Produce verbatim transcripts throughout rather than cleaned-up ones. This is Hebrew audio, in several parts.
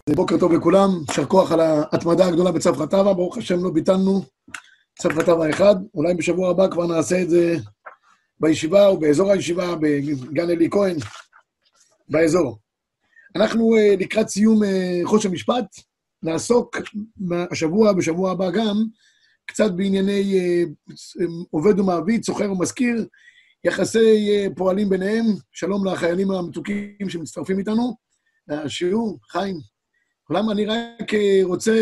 בוקר טוב לכולם, יישר כוח על ההתמדה הגדולה בצוותא טבא, ברוך השם לא ביטלנו צוותא טבא אחד, אולי בשבוע הבא כבר נעשה את זה בישיבה או באזור הישיבה, בגן אלי כהן, באזור. אנחנו לקראת סיום חוש המשפט, נעסוק השבוע, בשבוע הבא גם, קצת בענייני עובד ומעביד, סוחר ומשכיר, יחסי פועלים ביניהם, שלום לחיילים המתוקים שמצטרפים איתנו, השיעור, חיים. למה אני רק רוצה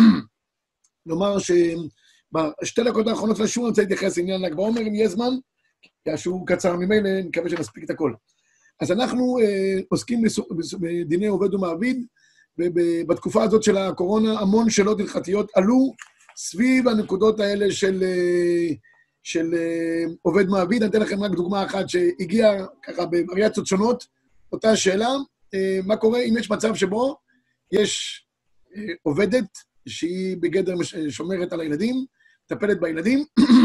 לומר שבשתי דקות האחרונות לשיעור אני רוצה להתייחס לעניין ל"ג בעומר, אם יהיה זמן, כי השיעור קצר ממילא, אני מקווה שנספיק את הכל. אז אנחנו אה, עוסקים בדיני עובד ומעביד, ובתקופה הזאת של הקורונה המון שאלות הלכתיות עלו סביב הנקודות האלה של, של עובד מעביד. אני אתן לכם רק דוגמה אחת שהגיעה ככה בווריאציות שונות, אותה שאלה, מה קורה אם יש מצב שבו יש עובדת שהיא בגדר שומרת על הילדים, מטפלת בילדים,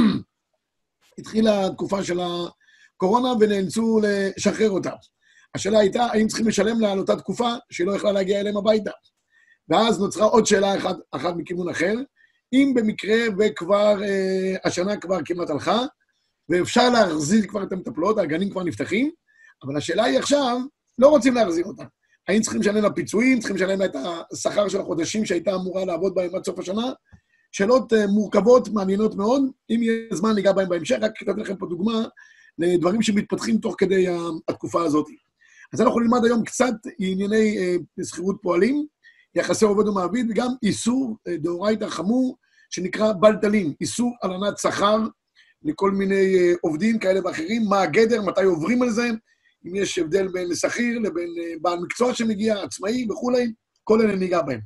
התחילה התקופה של הקורונה ונאלצו לשחרר אותה. השאלה הייתה, האם צריכים לשלם לה על אותה תקופה שהיא לא יכלה להגיע אליהם הביתה? ואז נוצרה עוד שאלה אחת, אחת מכיוון אחר, אם במקרה וכבר, אה, השנה כבר כמעט הלכה, ואפשר להחזיר כבר את המטפלות, הגנים כבר נפתחים, אבל השאלה היא עכשיו, לא רוצים להחזיר אותה. האם צריכים לשלם לה פיצויים, צריכים לשלם לה את השכר של החודשים שהייתה אמורה לעבוד בהם עד סוף השנה? שאלות אה, מורכבות, מעניינות מאוד, אם יהיה זמן ניגע בהם בהמשך, רק כתבתי לכם פה דוגמה לדברים שמתפתחים תוך כדי התקופה הזאת. אז אנחנו נלמד היום קצת ענייני אה, שכירות פועלים, יחסי עובד ומעביד, וגם איסור אה, דאורייתא חמור, שנקרא בלתלין, איסור הלנת שכר לכל מיני אה, עובדים כאלה ואחרים, מה הגדר, מתי עוברים על זה, אם יש הבדל בין שכיר לבין אה, בעל מקצוע שמגיע, עצמאי וכולי, כל אלה ניגע בהם.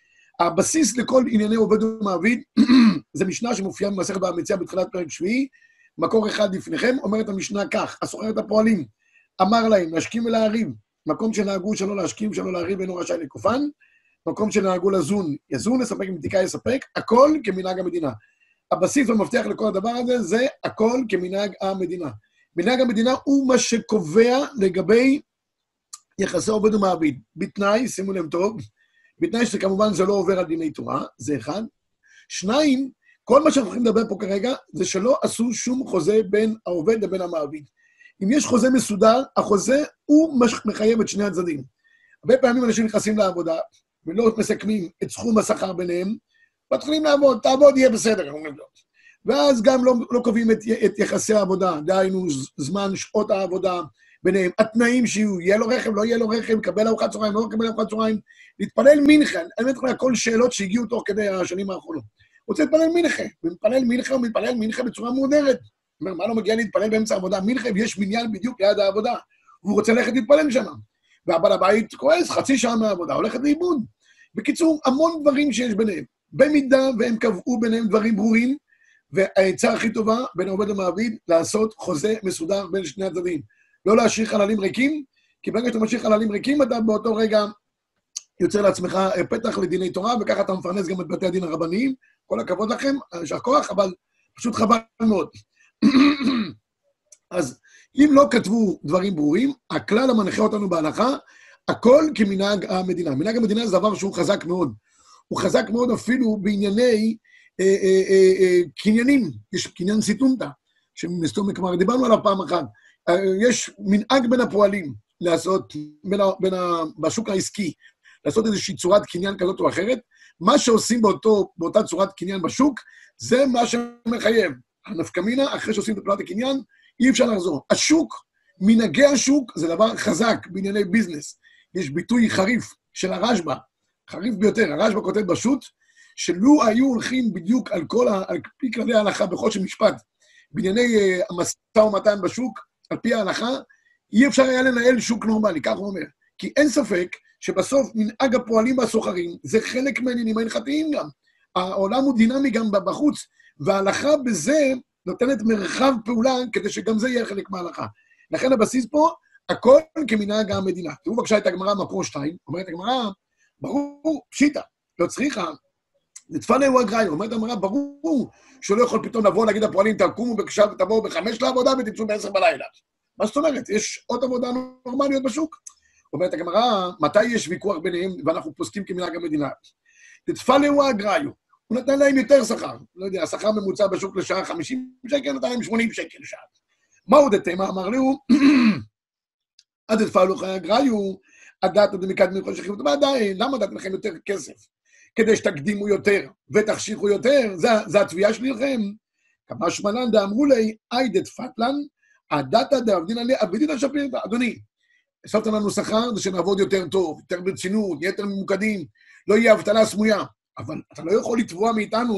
הבסיס לכל ענייני עובד ומעביד, זה משנה שמופיעה במסכת בבא מציעא בתחילת פרק שביעי, מקור אחד לפניכם, אומרת המשנה כך, הסוחר את הפועלים, אמר להם, להשכים ולהריב, מקום שנהגו שלא להשכים, שלא להריב, אינו רשאי לכופן, מקום שנהגו לזון, יזון, לספק מתיקה יספק, הכל כמנהג המדינה. הבסיס והמפתח לכל הדבר הזה, זה הכל כמנהג המדינה. מנהג המדינה הוא מה שקובע לגבי יחסי עובד ומעביד. בתנאי, שימו לב טוב, בתנאי שכמובן זה לא עובר על דיני תורה, זה אחד. שניים, כל מה שאנחנו הולכים לדבר פה כרגע, זה שלא עשו שום חוזה בין העובד לבין המעביד. אם יש חוזה מסודר, החוזה הוא מחייב את שני הצדדים. הרבה פעמים אנשים נכנסים לעבודה, ולא מסכמים את סכום השכר ביניהם, מתחילים לעבוד, תעבוד, יהיה בסדר, אומרים לו. ואז גם לא, לא קובעים את, את יחסי העבודה, דהיינו זמן, שעות העבודה ביניהם, התנאים שיהיו, יהיה לו רכב, לא יהיה לו רכב, קבל ארוחת צהריים, לא קבל ארוחת צהריים, להתפלל מנחה, אני באמת חושב כל שאלות שהגיעו תוך כדי השנים האחרונות. רוצה להתפלל מנחה, ומתפלל מנחה ומתפלל מנחה בצורה מודרת. אומר, מה לא מגיע להתפלל באמצע העבודה? מנחה, ויש מניין בדיוק ליד העבודה, והוא רוצה ללכת להתפלל שם. והבעל הבית כועס, חצי שעה מהעבודה, הולכת לאיבוד. בקיצור, המון דברים שיש ביניהם. במידה והם קבעו ביניהם דברים ברורים, והעצה הכי טובה בין העובד למעביד, לעשות חוזה מסודר בין שני הצדדים. לא להשאיר חללים ריקים, כי ברגע שאתה משאיר חללים ריקים, אתה באותו רגע יוצר לעצמך פתח לדיני תורה, וככה אתה מפרנס גם את בתי הדין הרבניים. כל הכבוד לכם, יישר כוח, אבל פשוט חבל מאוד. אז אם לא כתבו דברים ברורים, הכלל המנחה אותנו בהלכה, הכל כמנהג המדינה. מנהג המדינה זה דבר שהוא חזק מאוד. הוא חזק מאוד אפילו בענייני אה, אה, אה, אה, קניינים. יש קניין סיטונתא, שמסתום, כלומר, דיברנו עליו פעם אחת. אה, יש מנהג בין הפועלים לעשות, בין, בין ה, בשוק העסקי, לעשות איזושהי צורת קניין כזאת או אחרת. מה שעושים באותו, באותה צורת קניין בשוק, זה מה שמחייב. הנפקא מינה, אחרי שעושים את פעולת הקניין, אי אפשר לחזור. השוק, מנהגי השוק, זה דבר חזק בענייני ביזנס. יש ביטוי חריף של הרשב"א, חריף ביותר, הרשב"א כותב בשו"ת, שלו היו הולכים בדיוק על כל, ה, על פי כללי ההלכה בכל של משפט, בענייני uh, המשא ומתן בשוק, על פי ההלכה, אי אפשר היה לנהל שוק נורמלי, כך הוא אומר. כי אין ספק שבסוף מנהג הפועלים והסוחרים, זה חלק מהעניינים ההלכתיים גם. העולם הוא דינמי גם בחוץ, וההלכה בזה נותנת מרחב פעולה, כדי שגם זה יהיה חלק מההלכה. לכן הבסיס פה, הכל כמנהג המדינה. תראו בבקשה את הגמרא מקור שתיים, אומרת הגמרא, ברור, פשיטה, לא צריכה, נתפנה הוא הגראי, אומרת הגמרא, ברור, שלא יכול פתאום לבוא להגיד הפועלים, תקומו בבקשה ותבואו בחמש לעבודה ותצאו בעשר בלילה. מה זאת אומרת? יש עוד עבודה נורמליות בשוק. אומרת הגמרא, מתי יש ויכוח ביניהם ואנחנו פוסקים כמנהג המדינה? תתפלאו אגראיו, הוא נתן להם יותר שכר, לא יודע, השכר ממוצע בשוק לשעה חמישים שקל, נתן להם שמונים שקל לשעה. מהו דתימה? אמר לו, עד תתפלאו אגראיו, הדעת דמיקד מלכות שכירות, מה עדיין? למה דעת לכם יותר כסף? כדי שתקדימו יותר ותחשיכו יותר, זה, זה התביעה שלכם. כמה שמלן דאמרו לי, איידת פטלן, הדתא דאבדינא לי, אבדינא שפירתא. אדוני, הוספת לנו שכר, זה שנעבוד יותר טוב, יותר ברצינות, יותר ממוקדים, לא יהיה אבטלה סמויה. אבל אתה לא יכול לתבוע מאיתנו,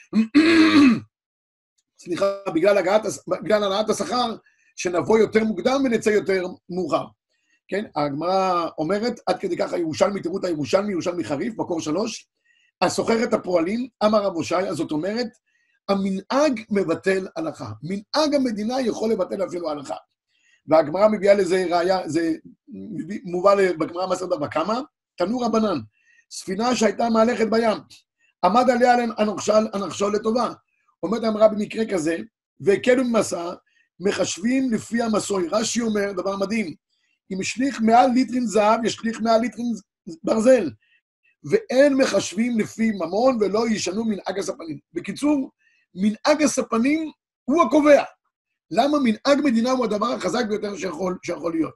סליחה, בגלל הגעת, בגלל העלאת השכר, שנבוא יותר מוקדם ונצא יותר מאוחר. כן, הגמרא אומרת, עד כדי ככה ירושלמי, תראו את הירושלמי, ירושלמי חריף, מקור שלוש, הסוחר את הפועלים, אמר רב הושעיה, אז זאת אומרת, המנהג מבטל הלכה. מנהג המדינה יכול לבטל אפילו הלכה. והגמרא מביאה לזה ראיה, זה מובא בגמרא מסכת בבא קמא, תנו רבנן, ספינה שהייתה מהלכת בים, עמד עליה הנחשול, הנחשול לטובה. אומרת הגמרא במקרה כזה, והקלו ממסע, מחשבים לפי המסוי. רש"י אומר, דבר מדהים, אם השליך מעל ליטרין זהב, ישליך מעל ליטרין ברזל. ואין מחשבים לפי ממון ולא ישנו מנהג הספנים. בקיצור, מנהג הספנים הוא הקובע. למה מנהג מדינה הוא הדבר החזק ביותר שיכול, שיכול להיות?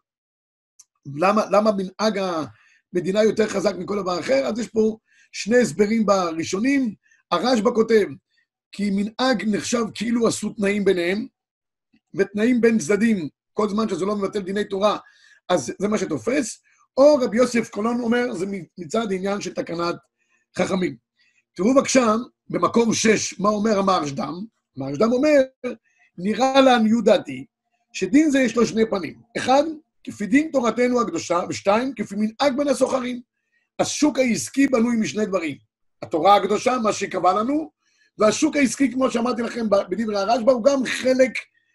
למה, למה מנהג המדינה יותר חזק מכל דבר אחר? אז יש פה שני הסברים בראשונים. הרשב"א כותב, כי מנהג נחשב כאילו עשו תנאים ביניהם, ותנאים בין צדדים, כל זמן שזה לא מבטל דיני תורה, אז זה מה שתופס. או רבי יוסף קולון אומר, זה מצד עניין של תקנת חכמים. תראו בבקשה, במקור שש, מה אומר המהרשד"ם? המהרשד"ם אומר, נראה לעניות דעתי, שדין זה יש לו שני פנים. אחד, כפי דין תורתנו הקדושה, ושתיים, כפי מנהג בין הסוחרים. השוק העסקי בנוי משני דברים. התורה הקדושה, מה שקבע לנו, והשוק העסקי, כמו שאמרתי לכם בדברי הרשב"א, הוא גם חלק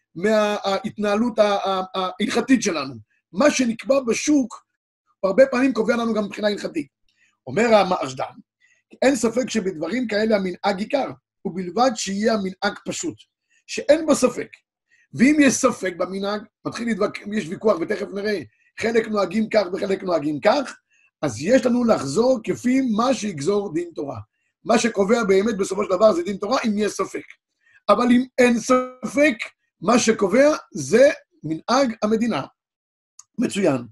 מההתנהלות ההלכתית שלנו. מה שנקבע בשוק, הרבה פעמים קובע לנו גם מבחינה הלכתית. אומר המהרשד"ם, אין ספק שבדברים כאלה המנהג עיקר, ובלבד שיהיה המנהג פשוט, שאין בו ספק. ואם יש ספק במנהג, מתחיל לדבק, יש ויכוח ותכף נראה, חלק נוהגים כך וחלק נוהגים כך, אז יש לנו לחזור כפי מה שיגזור דין תורה. מה שקובע באמת בסופו של דבר זה דין תורה, אם יש ספק. אבל אם אין ספק, מה שקובע זה מנהג המדינה. מצוין.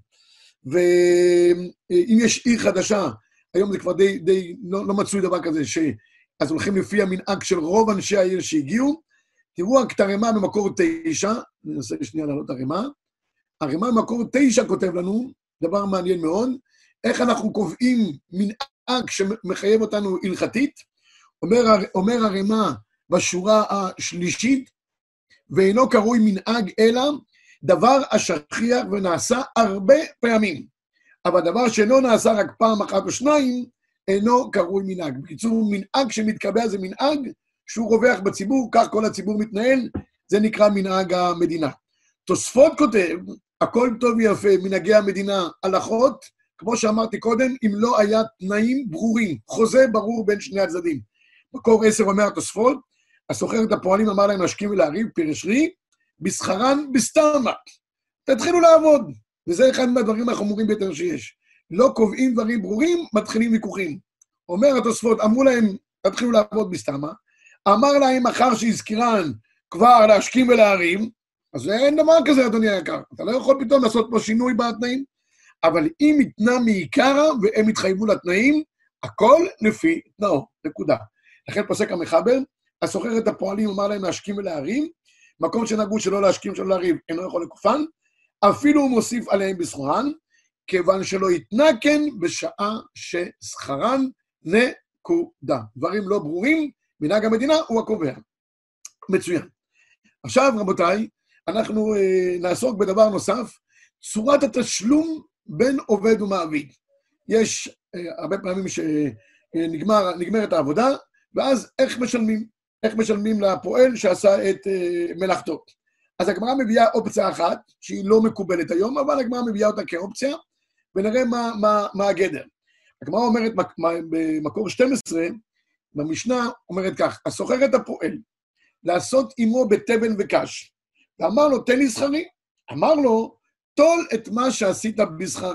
ואם יש עיר חדשה, היום זה כבר די, די לא, לא מצוי דבר כזה, ש... אז הולכים לפי המנהג של רוב אנשי העיר שהגיעו. תראו רק את הרמה במקור תשע, ננסה שנייה לעלות את הרמה. הרמה במקור תשע כותב לנו, דבר מעניין מאוד, איך אנחנו קובעים מנהג שמחייב אותנו הלכתית. אומר, אומר הרמה בשורה השלישית, ואינו קרוי מנהג אלא, דבר השכיח ונעשה הרבה פעמים. אבל דבר שאינו נעשה רק פעם אחת או שניים, אינו קרוי מנהג. בקיצור, מנהג שמתקבע זה מנהג שהוא רווח בציבור, כך כל הציבור מתנהל, זה נקרא מנהג המדינה. תוספות כותב, הכל טוב ויפה, מנהגי המדינה, הלכות, כמו שאמרתי קודם, אם לא היה תנאים ברורים, חוזה ברור בין שני הצדדים. מקור עשר אומר התוספות, הסוחר את הפועלים אמר להם להשכים ולהריב, פירש לי, בשכרן בסתמה. תתחילו לעבוד. וזה אחד מהדברים החמורים ביותר שיש. לא קובעים דברים ברורים, מתחילים ויכוחים. אומר התוספות, אמרו להם, תתחילו לעבוד בסתמה, אמר להם אחר שהזכירן כבר להשכים ולהרים, אז אין דבר כזה, אדוני היקר. אתה לא יכול פתאום לעשות פה שינוי בתנאים, אבל אם יתנה מעיקרא והם יתחייבו לתנאים, הכל לפי תנאו, נקודה. לכן פוסק המחבר, הסוחר את הפועלים אמר להם להשכים ולהרים, מקום שנהגו שלא להשכים שלא להריב, אינו יכול לקופן, אפילו הוא מוסיף עליהם בסחורן, כיוון שלא יתנה כן בשעה ששכרן נקודה. דברים לא ברורים, מנהג המדינה הוא הקובע. מצוין. עכשיו, רבותיי, אנחנו אה, נעסוק בדבר נוסף, צורת התשלום בין עובד ומעביד. יש אה, הרבה פעמים שנגמר, נגמרת העבודה, ואז איך משלמים? איך משלמים לפועל שעשה את אה, מלאכתו. אז הגמרא מביאה אופציה אחת, שהיא לא מקובלת היום, אבל הגמרא מביאה אותה כאופציה, ונראה מה, מה, מה הגדר. הגמרא אומרת במקור שתים עשרה, במשנה אומרת כך, הסוחר את הפועל, לעשות עמו בתבן וקש, ואמר לו, תן לי שכרי. אמר לו, תול את מה שעשית בשכרך.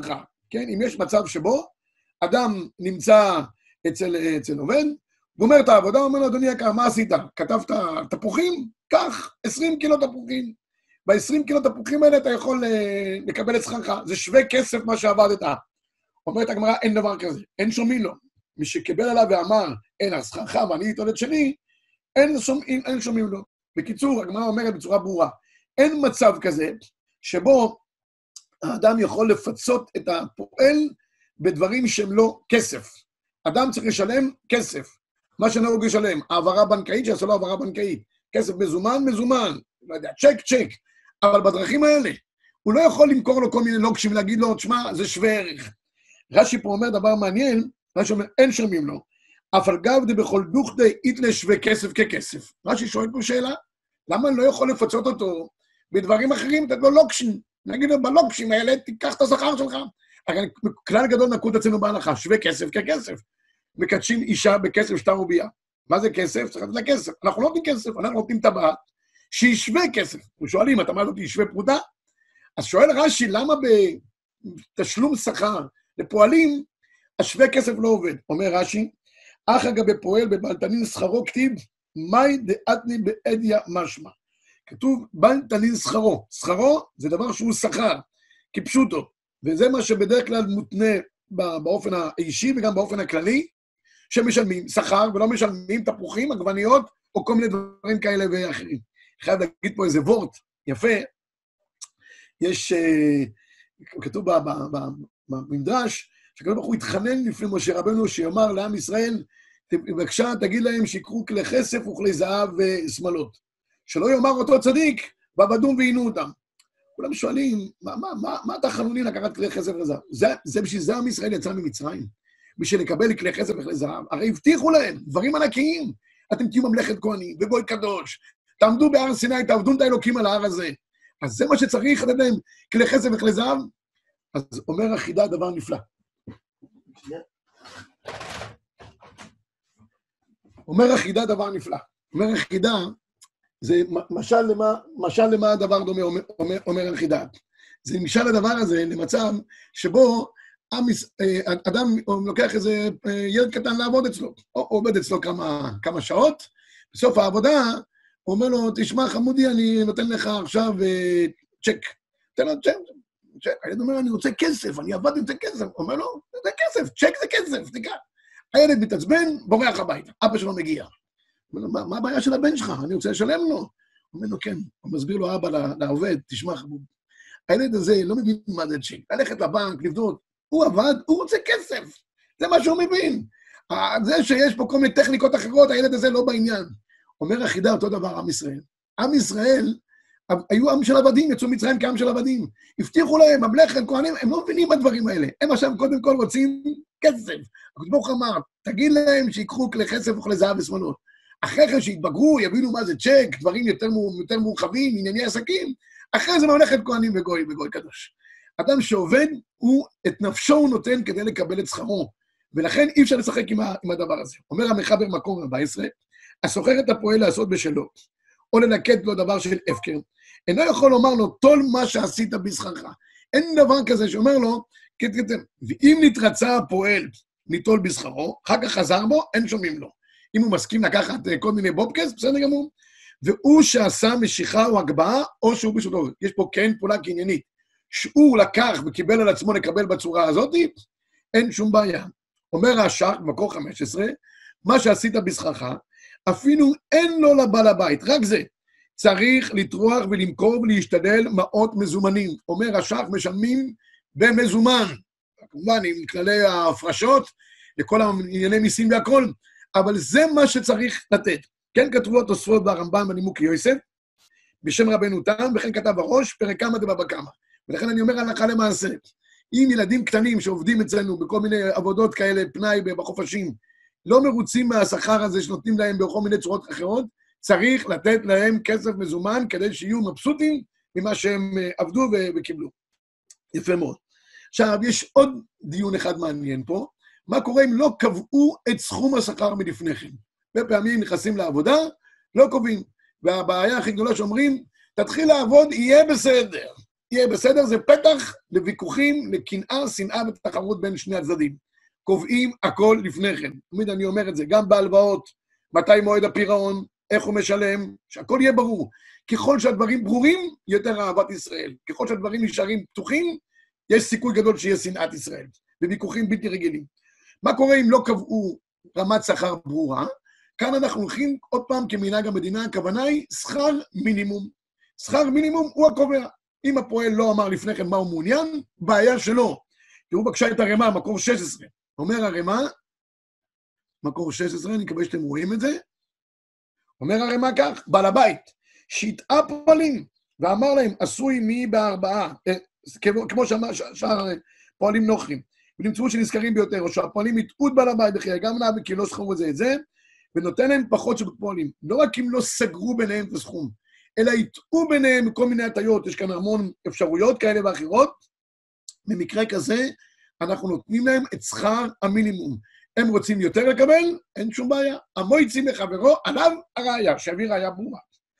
כן? אם יש מצב שבו אדם נמצא אצל, אצל עובד, הוא אומר את העבודה, הוא אומר לו, אדוני יקר, מה עשית? כתבת תפוחים? קח, עשרים קילו תפוחים. ב-עשרים קילו תפוחים האלה אתה יכול לקבל את שכרך. זה שווה כסף מה שעבדת. אומרת הגמרא, אין דבר כזה, אין שומעים לו. מי שקיבל עליו ואמר, אין השכרך ואני איתו את שני, אין שומעים, אין שומעים לו. בקיצור, הגמרא אומרת בצורה ברורה, אין מצב כזה שבו האדם יכול לפצות את הפועל בדברים שהם לא כסף. אדם צריך לשלם כסף. מה שנהוג לשלם, העברה בנקאית, שיעשו לו העברה בנקאית. כסף מזומן, מזומן. לא יודע, צ'ק, צ'ק. אבל בדרכים האלה, הוא לא יכול למכור לו כל מיני לוקשים ולהגיד לו, תשמע, זה שווה ערך. רש"י פה אומר דבר מעניין, רש"י אומר, אין שומעים לו. אף על גב דה בכל דוכדי איתלה שווה כסף ככסף. רש"י שואל פה שאלה, למה אני לא יכול לפצות אותו בדברים אחרים, תת לו לוקשים. נגיד לו, בלוקשים האלה, תיקח את השכר שלך. הרי כלל גדול נקוד אצלנו בהלכה, שווה כסף ככסף. מקדשים אישה בכסף שטר וביאה. מה זה כסף? צריך לתת לה כסף. אנחנו לא נותנים כסף, אנחנו נותנים טבעת שישווה כסף. אנחנו שואלים, אתה מה זאת ישווה פרוטה? אז שואל רש"י, למה בתשלום שכר לפועלים, השווה כסף לא עובד? אומר רש"י, אך אגב בפועל בבלתנין שכרו כתיב, מאי דאתני בעדיה משמע. כתוב בלתנין שכרו. שכרו זה דבר שהוא שכר, כפשוטו. וזה מה שבדרך כלל מותנה באופן האישי וגם באופן הכללי, שמשלמים שכר ולא משלמים תפוחים, עגבניות, או כל מיני דברים כאלה ואחרים. חייב להגיד פה איזה וורט יפה, יש, כתוב במדרש, שכתוב הוא התחנן לפני משה רבנו, שיאמר לעם ישראל, בבקשה תגיד להם שיקחו כלי כסף וכלי זהב ושמלות. שלא יאמר אותו צדיק, ועבדום ועינו אותם. כולם שואלים, מה, מה, מה, מה אתה חנוני לקחת כלי כסף וזהב? זה, זה בשביל זה עם ישראל יצא ממצרים. בשביל לקבל כלי כסף וכלי זהב. הרי הבטיחו להם, דברים ענקיים. אתם תהיו ממלכת כהנים, וגוי קדוש. תעמדו בהר סיני, תעבדו את האלוקים על ההר הזה. אז זה מה שצריך לתת להם, כלי כסף וכלי זהב. אז אומר החידה דבר נפלא. אומר החידה דבר נפלא. אומר החידה, זה משל למה, משל למה הדבר דומה, אומר, אומר, אומר החידה. זה משל לדבר הזה למצב שבו אדם לוקח איזה ילד קטן לעבוד אצלו, או עובד אצלו כמה, כמה שעות, בסוף העבודה הוא אומר לו, תשמע חמודי, אני נותן לך עכשיו צ'ק. תן לו צ'ק. הילד אומר, אני רוצה כסף, אני עבד עם זה כסף. הוא אומר לו, זה כסף, צ'ק זה כסף, תקרא. הילד מתעצבן, בורח הביתה, אבא שלו מגיע. הוא אומר לו, מה הבעיה של הבן שלך? אני רוצה לשלם לו. הוא אומר לו, כן. הוא מסביר לו, אבא לעובד, תשמע חמוד. הילד הזה לא מבין מה זה צ'ק. ללכת לבנק, לבדוק, הוא עבד, הוא רוצה כסף. זה מה שהוא מבין. זה שיש פה כל מיני טכניקות אחרות, הילד הזה לא בעניין. אומר החידה אותו דבר, עם ישראל. עם ישראל, היו עם של עבדים, יצאו מצרים כעם של עבדים. הבטיחו להם, ממלכת, כהנים, הם לא מבינים בדברים האלה. הם עכשיו קודם כל רוצים כסף. הקדוש ברוך הוא אמר, תגיד להם שיקחו כלי כסף וכלי זהב ושמלות. אחרי כן שיתבגרו, יבינו מה זה צ'ק, דברים יותר, יותר מורחבים, ענייני עסקים, אחרי זה ממלכת כהנים וגוי, וגוי קדוש. אדם שעובד, הוא את נפשו הוא נותן כדי לקבל את שכרו. ולכן אי אפשר לשחק עם, ה, עם הדבר הזה. אומר המחבר מקום ארבע עשרה, הסוחר את הפועל לעשות בשלו, או לנקט לו דבר של הפקר, אינו יכול לומר לו, תול מה שעשית בשכרך. אין דבר כזה שאומר לו, ואם נתרצה הפועל ניטול בשכרו, אחר כך חזר בו, אין שומעים לו. אם הוא מסכים לקחת כל מיני בובקס, בסדר גמור. והוא שעשה משיכה או הגבהה, או שהוא בשביל יש פה כן פעולה קניינית. שהוא לקח וקיבל על עצמו לקבל בצורה הזאת, אין שום בעיה. אומר השח, במקור חמש עשרה, מה שעשית בשכרך, אפילו אין לו לבעל הבית, רק זה. צריך לטרוח ולמכור ולהשתדל מאות מזומנים. אומר השח, משלמים במזומן. כמובן, עם כללי ההפרשות, לכל הענייני מיסים והכל, אבל זה מה שצריך לתת. כן כתבו התוספות ברמב"ם בנימוק יוסף, בשם רבנו תם, וכן כתב הראש, פרק כמה דבבא כמה. ולכן אני אומר הלכה למעשה, אם ילדים קטנים שעובדים אצלנו בכל מיני עבודות כאלה, פנאי בחופשים, לא מרוצים מהשכר הזה שנותנים להם בכל מיני צורות אחרות, צריך לתת להם כסף מזומן כדי שיהיו מבסוטים ממה שהם עבדו וקיבלו. יפה מאוד. עכשיו, יש עוד דיון אחד מעניין פה, מה קורה אם לא קבעו את סכום השכר מלפני כן? בפעמים נכנסים לעבודה, לא קובעים. והבעיה הכי גדולה שאומרים, תתחיל לעבוד, יהיה בסדר. יהיה בסדר, זה פתח לוויכוחים, לקנאה, שנאה ותחרות בין שני הצדדים. קובעים הכל לפני כן. תמיד אני אומר את זה, גם בהלוואות, מתי מועד הפירעון, איך הוא משלם, שהכל יהיה ברור. ככל שהדברים ברורים, יותר אהבת ישראל. ככל שהדברים נשארים פתוחים, יש סיכוי גדול שיהיה שנאת ישראל. בוויכוחים בלתי רגילים. מה קורה אם לא קבעו רמת שכר ברורה? כאן אנחנו הולכים עוד פעם כמנהג המדינה, הכוונה היא שכר מינימום. שכר מינימום הוא הקובע. אם הפועל לא אמר לפני כן מה הוא מעוניין, בעיה שלו. תראו בבקשה את הרמה, מקור שש עשרה. אומר הרמה, מקור שש עשרה, אני מקווה שאתם רואים את זה. אומר הרמה כך, בעל הבית, שהטעה פועלים, ואמר להם, עשוי מי בארבעה, כמו, כמו שאמר שאר פועלים נוחים, ונמצאו שנזכרים ביותר, או שהפועלים יטעו את בעל הבית בחיי, גם נע כי לא שכרו את זה את זה, ונותן להם פחות שבפועלים. לא רק אם לא סגרו ביניהם את הסכום, אלא יטעו ביניהם כל מיני הטיות, יש כאן המון אפשרויות כאלה ואחרות, במקרה כזה, אנחנו נותנים להם את שכר המינימום. הם רוצים יותר לקבל, אין שום בעיה. המויצי מחברו, עליו הראיה, שיביא ראיה ברורה.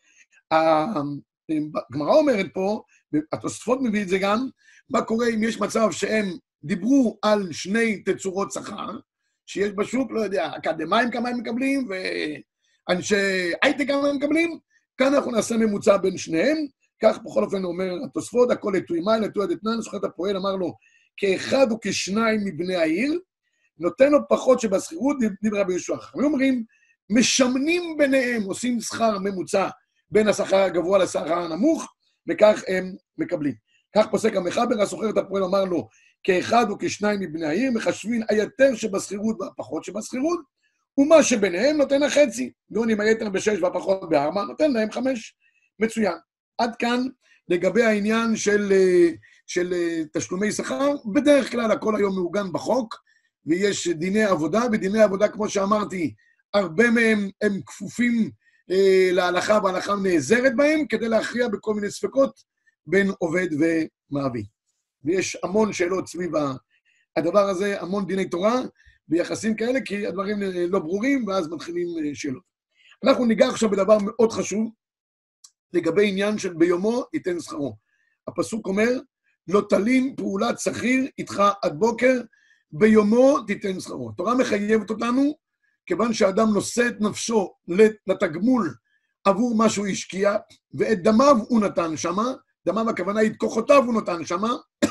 הגמרא אומרת פה, התוספות מביא את זה גם, מה קורה אם יש מצב שהם דיברו על שני תצורות שכר, שיש בשוק, לא יודע, אקדמיים כמה הם מקבלים, ואנשי הייטק כמה הם מקבלים, כאן אנחנו נעשה ממוצע בין שניהם, כך בכל אופן אומר התוספות, הכל לתוי מים, לתוי דתנן, זוכר את הפועל, אמר לו, כאחד או כשניים מבני העיר, נותן לו פחות שבשכירות, דיבר רבי יהושע. הם אומרים, משמנים ביניהם, עושים שכר ממוצע בין השכר הגבוה לשכר הנמוך, וכך הם מקבלים. כך פוסק המחבר, הסוחר את הפועל, אמר לו, כאחד או כשניים מבני העיר, מחשבים היתר שבשכירות והפחות שבשכירות, ומה שביניהם נותן החצי. גאון עם היתר בשש והפחות בארבע, נותן להם חמש. מצוין. עד כאן, לגבי העניין של, של תשלומי שכר, בדרך כלל הכל היום מעוגן בחוק, ויש דיני עבודה, ודיני עבודה, כמו שאמרתי, הרבה מהם הם כפופים אה, להלכה, וההלכה נעזרת בהם, כדי להכריע בכל מיני ספקות בין עובד ומעביד. ויש המון שאלות סביב הדבר הזה, המון דיני תורה, ביחסים כאלה, כי הדברים לא ברורים, ואז מתחילים שאלות. אנחנו ניגע עכשיו בדבר מאוד חשוב, לגבי עניין של ביומו ייתן שכרו. הפסוק אומר, לא תלין פעולת שכיר איתך עד בוקר, ביומו תיתן שכרו. התורה מחייבת אותנו, כיוון שאדם נושא את נפשו לתגמול עבור מה שהוא השקיע, ואת דמיו הוא נתן שמה, דמיו הכוונה היא את כוחותיו הוא נתן שמה,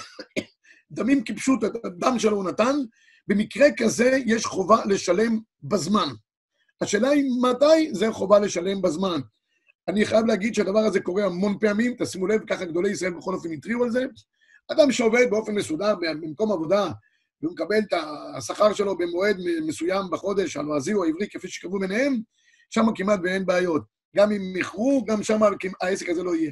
דמים כפשוט, את הדם שלו הוא נתן, במקרה כזה יש חובה לשלם בזמן. השאלה היא מתי זה חובה לשלם בזמן. אני חייב להגיד שהדבר הזה קורה המון פעמים, תשימו לב, ככה גדולי ישראל בכל אופן התריעו על זה, אדם שעובד באופן מסודר במקום עבודה, והוא מקבל את השכר שלו במועד מסוים בחודש, הלועזי או העברי, כפי שקבעו ביניהם, שם כמעט ואין בעיות. גם אם יכרו, גם שם העסק הזה לא יהיה.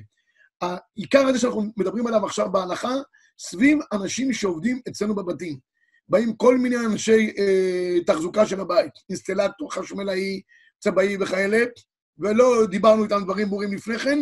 העיקר הזה שאנחנו מדברים עליו עכשיו בהלכה, סביב אנשים שעובדים אצלנו בבתים. באים כל מיני אנשי אה, תחזוקה של הבית, אינסטלטור, חשמלאי, צבאי וכאלה, ולא דיברנו איתם דברים ברורים לפני כן,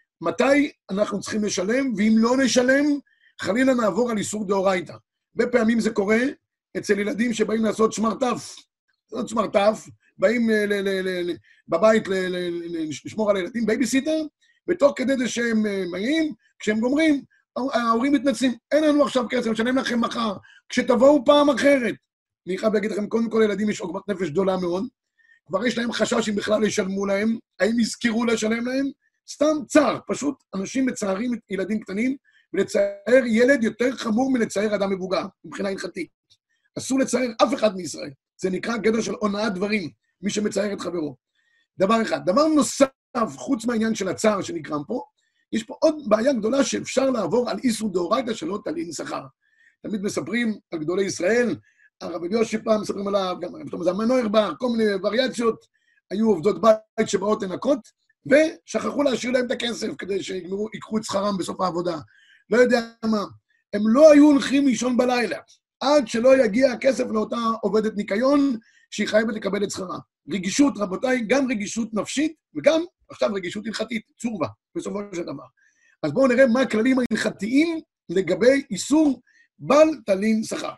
מתי אנחנו צריכים לשלם, ואם לא נשלם, חלילה נעבור על איסור דאורייתא. בפעמים זה קורה אצל ילדים שבאים לעשות שמרטף, לעשות שמרטף, באים ל- ל- ל- ל- בבית ל- ל- ל- לשמור על הילדים, בייביסיטר, ותוך כדי זה שהם מגיעים, כשהם גומרים, ההורים מתנצלים, אין לנו עכשיו כסף, משלם לכם מחר, כשתבואו פעם אחרת. אני חייב להגיד לכם, קודם כל ילדים יש עוגמת נפש גדולה מאוד, כבר יש להם חשש אם בכלל ישלמו להם, האם יזכרו לשלם להם, סתם צער, פשוט אנשים מצערים ילדים קטנים, ולצער ילד יותר חמור מלצער אדם מבוגר, מבחינה הלכתית. אסור לצער אף אחד מישראל, זה נקרא גדר של הונאת דברים, מי שמצער את חברו. דבר אחד. דבר נוסף, חוץ מהעניין של הצער שנקרם פה, יש פה עוד בעיה גדולה שאפשר לעבור על איסור דאורייתא שלא תלין שכר. תמיד מספרים על גדולי ישראל, הרב אלישיב פעם מספרים עליו, גם פתאום זלמן נוירבך, כל מיני וריאציות, היו עובדות בית שבאות לנקות, ושכחו להשאיר להם את הכסף כדי שיקחו את שכרם בסוף העבודה. לא יודע מה, הם לא היו הולכים לישון בלילה, עד שלא יגיע הכסף לאותה עובדת ניקיון, שהיא חייבת לקבל את שכרה. רגישות, רבותיי, גם רגישות נפשית, וגם עכשיו רגישות הלכתית, צורבה, בסופו של דבר. אז בואו נראה מה הכללים ההלכתיים לגבי איסור בל תלין שכר.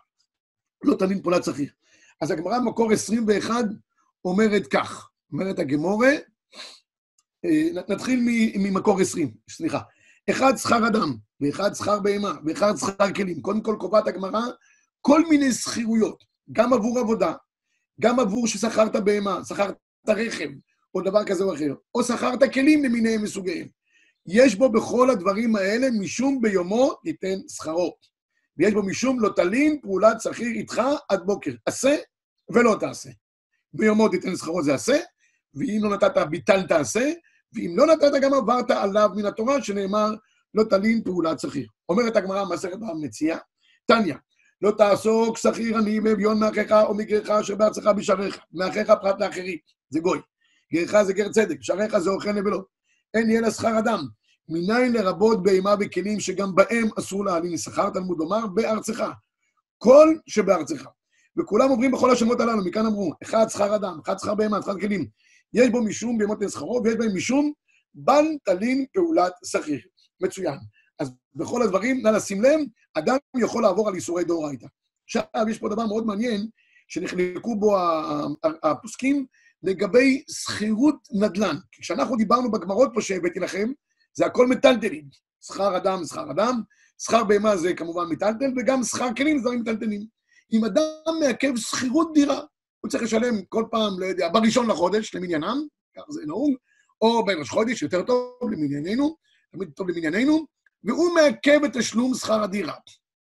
לא תלין פעולת שכיר. אז הגמרא במקור עשרים ואחת אומרת כך, אומרת הגמורה, נתחיל ממקור עשרים, סליחה. אחד שכר אדם, ואחד שכר בהמה, ואחד שכר כלים. קודם כל קובעת הגמרא, כל מיני שכירויות, גם עבור עבודה, גם עבור ששכרת בהמה, שכרת רכב, או דבר כזה או אחר, או שכרת כלים למיניהם מסוגיהם. יש בו בכל הדברים האלה, משום ביומו תיתן שכרו. ויש בו משום לא תלין פעולת שכיר איתך עד בוקר. עשה ולא תעשה. ביומו תיתן שכרו זה עשה, ואם לא נתת ביטל תעשה, ואם לא נתת גם עברת עליו מן התורה, שנאמר לא תלין פעולת שכיר. אומרת הגמרא מסכת במציאה, תניא, לא תעסוק שכיר עני ואביון מאחיך או מגרך אשר בארצך בשעריך, מאחיך פרט לאחרים, זה גוי. גרך זה גר צדק, שעריך זה אוכל נבלות. אין יהיה לשכר אדם. מניין לרבות בהמה וכלים שגם בהם אסור להלין, שכר תלמוד לומר בארצך. כל שבארצך. וכולם עוברים בכל השמות הללו, מכאן אמרו, אחד שכר אדם, אחד שכר בהמה, אחד כלים. יש בו משום בהמות לשכרו, ויש בהם משום בל תלין פעולת שכיר. מצוין. אז בכל הדברים, נא לשים לב, אדם יכול לעבור על איסורי דאורייתא. עכשיו, יש פה דבר מאוד מעניין, שנחלקו בו הפוסקים, לגבי שכירות נדל"ן. כשאנחנו דיברנו בגמרות פה שהבאתי לכם, זה הכל מטלטלים. שכר אדם, שכר אדם, שכר בהמה זה כמובן מטלטל, וגם שכר כלים זה דברים מטלטלים. אם אדם מעכב שכירות דירה, הוא צריך לשלם כל פעם, לא יודע, בראשון לחודש, למניינם, כך זה נהוג, או בראש חודש, יותר טוב למנייננו, תמיד טוב למנייננו, והוא מעכב את תשלום שכר הדירה.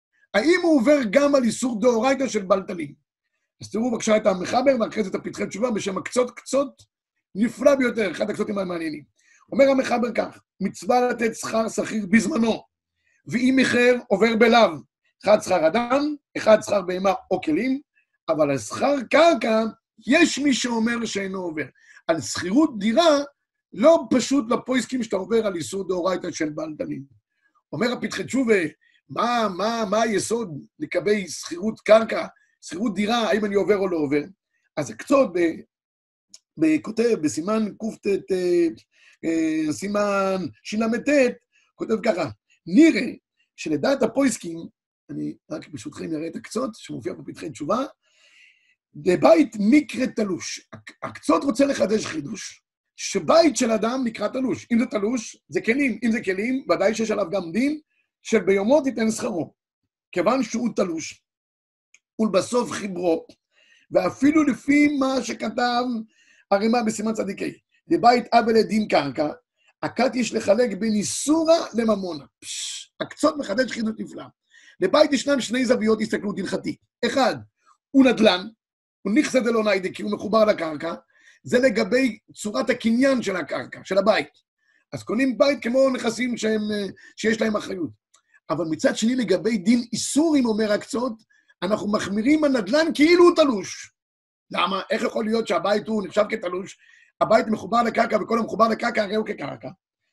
האם הוא עובר גם על איסור דאורייתא של בלטלים? אז תראו בבקשה את המחבר, ואחרי זה את הפתחי תשובה, בשם הקצות קצות נפלא ביותר, אחד הקצותים המעניינים. אומר המחבר כך, מצווה לתת שכר שכיר בזמנו, ואם מחר עובר בלאו, אחד שכר אדם, אחד שכר בהמה או כלים, אבל על שכר קרקע, יש מי שאומר שאינו עובר. על שכירות דירה, לא פשוט לפויסקים שאתה עובר על איסור דאורייתא של בלטלים. אומר הפתחי תשובה, מה, מה, מה היסוד לגבי שכירות קרקע, שכירות דירה, האם אני עובר או לא עובר? אז הקצות בכותב, בסימן קופטת, סימן שילמתת, כותב ככה, נראה שלדעת הפויסקים, אני רק ברשותכם אראה את הקצות, שמופיע בפתחי תשובה, בבית מקרא תלוש. הקצות רוצה לחדש חידוש, שבית של אדם נקרא תלוש. אם זה תלוש, זה כלים. אם זה כלים, ודאי שיש עליו גם דין, של ביומו תיתן שכרו. כיוון שהוא תלוש, ולבסוף חיברו, ואפילו לפי מה שכתב הרימה בסימן צדיקי, לבית אב לדין קרקע, הכת יש לחלק בין איסורה לממונה. פש, הקצות מחדש חידוש נפלא. לבית ישנם שני זוויות הסתכלות הלכתי. אחד, הוא נדל"ן, הוא נכסה דלא ניידה, כי הוא מחובר לקרקע, זה לגבי צורת הקניין של הקרקע, של הבית. אז קונים בית כמו נכסים שהם, שיש להם אחריות. אבל מצד שני, לגבי דין איסורים, אומר הקצות, אנחנו מחמירים הנדל"ן כאילו הוא תלוש. למה? איך יכול להיות שהבית הוא נחשב כתלוש? הבית מחובר לקרקע, וכל המחובר לקרקע הרי הוא כקרקע.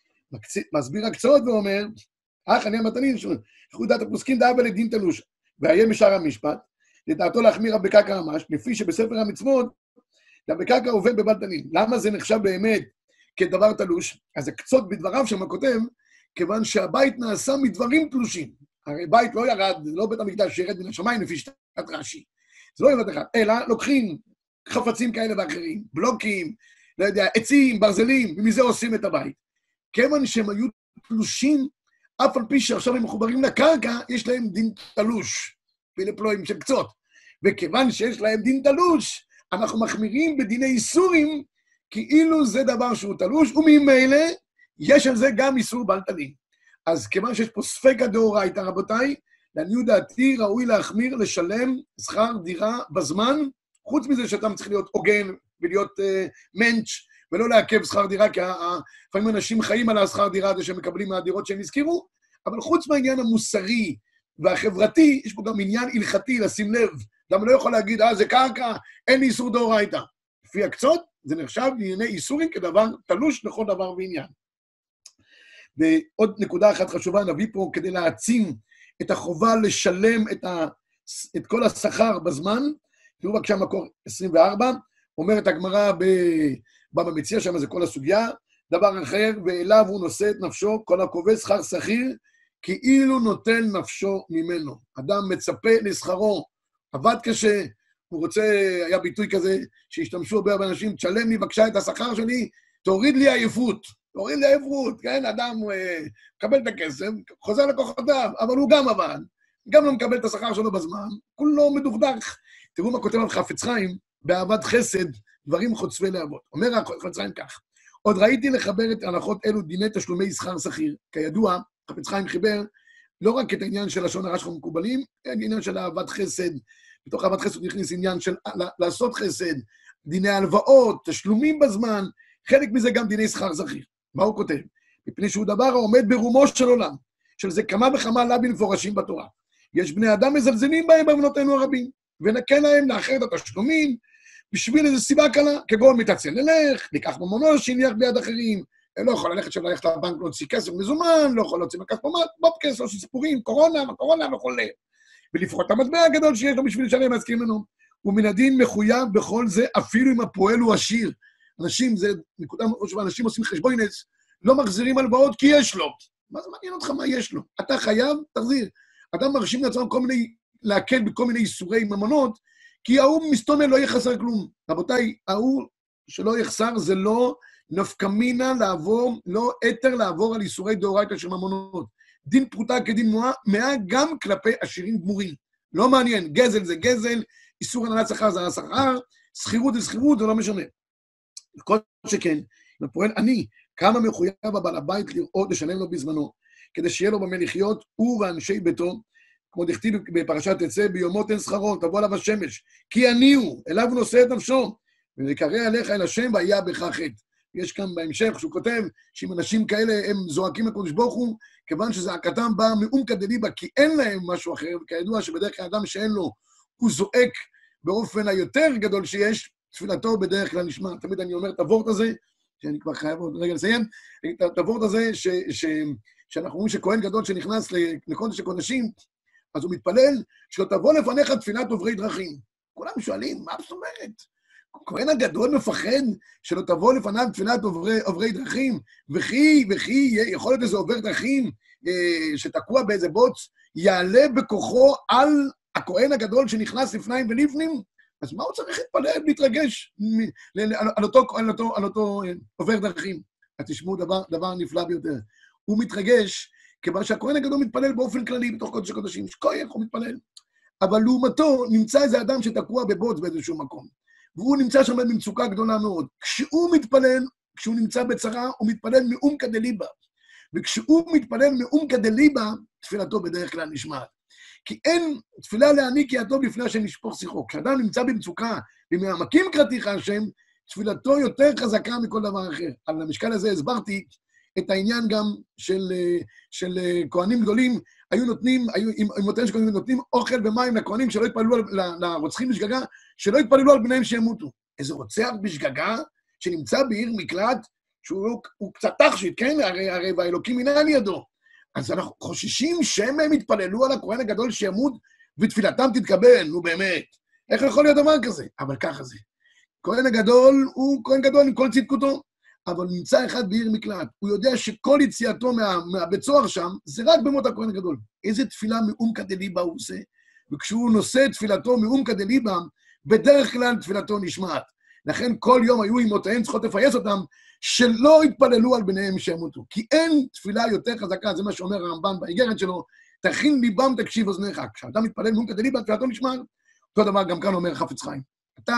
מסביר הקצות ואומר, אך אני המתנין, איך דעת הפוסקים דאבה לדין תלוש, והיה משאר המשפט, לדעתו להחמיר בקרקע ממש, לפי שבספר המצוות, בקרקע עובד בבלתנין. למה זה נחשב באמת כדבר תלוש? אז הקצות בדבריו שם כותב, כיוון שהבית נעשה מדברים תלושים. הרי בית לא ירד, לא בית המקדש שירד מן השמיים לפי שתת רש"י. זה לא ירד אחד, אלא לוקחים חפצים כאלה ואחרים, בלוקים, לא יודע, עצים, ברזלים, ומזה עושים את הבית. כיוון שהם היו תלושים, אף על פי שעכשיו הם מחוברים לקרקע, יש להם דין תלוש, ולפלואים של קצות. וכיוון שיש להם דין תלוש, אנחנו מחמירים בדיני איסורים, כאילו זה דבר שהוא תלוש, וממילא יש על זה גם איסור בלטלין. אז כיוון שיש פה ספקא דאורייתא, רבותיי, לעניות דעתי ראוי להחמיר לשלם שכר דירה בזמן, חוץ מזה שאתה צריך להיות הוגן ולהיות uh, מנץ' ולא לעכב שכר דירה, כי לפעמים אנשים חיים על השכר דירה הזה שהם מקבלים מהדירות שהם הזכירו, אבל חוץ מהעניין המוסרי והחברתי, יש פה גם עניין הלכתי, לשים לב, גם לא יכול להגיד, אה, זה קרקע, אין לי איסור דאורייתא. לפי הקצות, זה נחשב לענייני איסורים כדבר תלוש לכל דבר ועניין. ועוד נקודה אחת חשובה, נביא פה כדי להעצים את החובה לשלם את, ה, את כל השכר בזמן, תראו בבקשה מקור עשרים וארבע, אומרת הגמרא בבבא מציעא, שם זה כל הסוגיה, דבר אחר, ואליו הוא נושא את נפשו, כל הקובע שכר שכיר, כאילו נוטל נפשו ממנו. אדם מצפה לשכרו, עבד קשה, הוא רוצה, היה ביטוי כזה, שהשתמשו הרבה אנשים, תשלם לי בבקשה את השכר שלי, תוריד לי עייפות. קוראים לעברות, כן? אדם מקבל את הכסף, חוזר לכוחותיו, אבל הוא גם עבד, גם לא מקבל את השכר שלו בזמן, כולו מדוכדך. תראו מה כותב על חפץ חיים, באהבת חסד, דברים חוצבי להבות. אומר חפץ חיים כך, עוד ראיתי לחבר את הנחות אלו דיני תשלומי שכר שכיר. כידוע, חפץ חיים חיבר לא רק את העניין של לשון הרע שלנו מקובלים, אלא עניין של אהבת חסד. בתוך אהבת חסד נכנס עניין של לעשות חסד, דיני הלוואות, תשלומים בזמן, חלק מזה גם דיני שכר שכיר. מה הוא כותב? מפני שהוא דבר העומד ברומו של עולם, של זה כמה וכמה לאווים מפורשים בתורה. יש בני אדם מזלזלים בהם באמונותינו הרבים, ונקל להם לאחר את התשלומים, בשביל איזו סיבה קלה, כגון מתעצל ללך, ניקח ממונו שיניח ביד אחרים, לא יכול ללכת שם ללכת לבנק להוציא כסף מזומן, לא יכול להוציא מכספומט, בובקס, עושים סיפורים, קורונה, קורונה וכו'. ולפחות המטבע הגדול שיש לו בשביל לשלם להזכיר ממנו. ומן הדין מחויב בכל זה, אפילו אם הפועל הוא עשיר. אנשים, זה נקודה מאוד חשובה, אנשים עושים חשבונס, לא מחזירים הלוואות כי יש לו. מה זה מעניין אותך מה יש לו? אתה חייב, תחזיר. אדם מרשים לעצמם כל מיני, להקל בכל מיני איסורי ממונות, כי ההוא מסתומם לא יחסר כלום. רבותיי, ההוא שלא יחסר זה לא נפקמינה לעבור, לא יתר לעבור על איסורי דאורייתא של ממונות. דין פרוטה כדין מאה גם כלפי עשירים גמורים. לא מעניין, גזל זה גזל, איסור הנהלת שכר זה השכר, שכירות זה שכירות, זה לא משנה. כל שכן, אם הפועל אני, כמה מחויב הבעל הבית לראות לשלם לו בזמנו, כדי שיהיה לו במה לחיות, הוא ואנשי ביתו, כמו דכתיב בפרשת תצא, ביומו תן שכרו, תבוא עליו השמש, כי אני הוא, אליו הוא נושא את נפשו, ויקרא עליך אל השם, והיה בך חטא. יש כאן בהמשך, שהוא כותב, שאם אנשים כאלה הם זועקים לקדוש ברוך הוא, כיוון שזעקתם באה מעומקא דליבא, כי אין להם משהו אחר, וכידוע שבדרך כלל אדם שאין לו, הוא זועק באופן היותר גדול שיש, תפילתו בדרך כלל נשמע. תמיד אני אומר את הוורט הזה, שאני כבר חייב עוד רגע לסיים, את הוורט הזה, ש, ש, שאנחנו אומרים שכהן גדול שנכנס לקודש הקודשים, אז הוא מתפלל, שלא תבוא לפניך תפילת עוברי דרכים. כולם שואלים, מה זאת אומרת? כהן הגדול מפחד שלא תבוא לפניו תפילת עוברי, עוברי דרכים, וכי, וכי יכול להיות איזה עובר דרכים אה, שתקוע באיזה בוץ, יעלה בכוחו על הכהן הגדול שנכנס לפניים ולפנים, אז מה הוא צריך להתפלל, להתרגש מ- על, על, אותו, על, אותו, על אותו אה, עובר דרכים? אז תשמעו דבר, דבר נפלא ביותר. הוא מתרגש, כיוון שהכהן הגדול מתפלל באופן כללי בתוך קודש הקודשים, שכוייך הוא מתפלל. אבל לעומתו נמצא איזה אדם שתקוע בבוץ באיזשהו מקום. והוא נמצא שם במצוקה גדולה מאוד. כשהוא מתפלל, כשהוא נמצא בצרה, הוא מתפלל מעומקא דליבא. וכשהוא מתפלל מעומקא דליבא, תפילתו בדרך כלל נשמעת. כי אין תפילה להעניק כי הטוב לפני השם ישפוך שיחו. כשאדם נמצא במצוקה, ומעמקים קראתיך השם, תפילתו יותר חזקה מכל דבר אחר. על המשקל הזה הסברתי את העניין גם של, של כהנים גדולים, היו נותנים, היו, עם מותיהם של כהנים נותנים אוכל ומים לכהנים שלא התפללו, לרוצחים בשגגה, שלא התפללו על בניהם שימותו. איזה רוצח בשגגה שנמצא בעיר מקלט, שהוא הוא קצת תכשיט, כן? הרי, הרי והאלוקים מנהל ידו. אז אנחנו חוששים שהם הם יתפללו על הכהן הגדול שימות, ותפילתם תתקבל, נו באמת. איך יכול להיות דבר כזה? אבל ככה זה. כהן הגדול הוא כהן גדול עם כל צדקותו, אבל נמצא אחד בעיר מקלט. הוא יודע שכל יציאתו מה, מהבית סוהר שם, זה רק במות הכהן הגדול. איזה תפילה מעומקא דליבא הוא עושה, וכשהוא נושא תפילתו מעומקא דליבא, בדרך כלל תפילתו נשמעת. לכן כל יום היו אמותיהם צריכות לפייס אותם, שלא יתפללו על בניהם שימותו. כי אין תפילה יותר חזקה, זה מה שאומר הרמב"ן באיגרת שלו, תכין ליבם תקשיב אוזניך. כשאתה מתפלל מעומקא דליבא, תפילתו נשמעת. אותו דבר גם כאן אומר חפץ חיים. אתה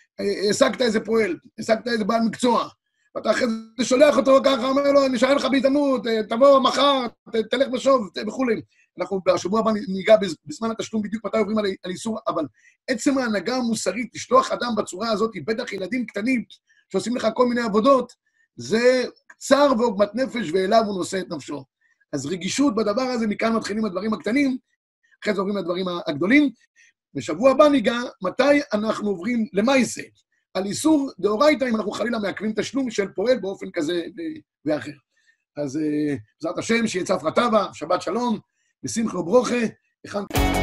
העסקת איזה פועל, העסקת איזה בעל מקצוע, ואתה אחרי זה שולח אותו ככה, אומר לו, נשאר לך בהזדמנות, תבוא מחר, תלך בשוב, וכו'. אנחנו בשבוע הבא ניגע בזמן התשלום בדיוק מתי עוברים על, על איסור, אבל עצם ההנהגה המוסרית, לשלוח אדם בצורה הזאת, בטח ילדים קטנים, שעושים לך כל מיני עבודות, זה צער ועוגמת נפש, ואליו הוא נושא את נפשו. אז רגישות בדבר הזה, מכאן מתחילים הדברים הקטנים, אחרי זה עוברים לדברים הגדולים, בשבוע הבא ניגע מתי אנחנו עוברים למעשה, על איסור דאורייתא, אם אנחנו חלילה מעכבים תשלום של פועל באופן כזה ואחר. אז בעזרת השם, שיהיה צפרא טבא, שבת שלום, בשמחה וברוכה, הכנתי...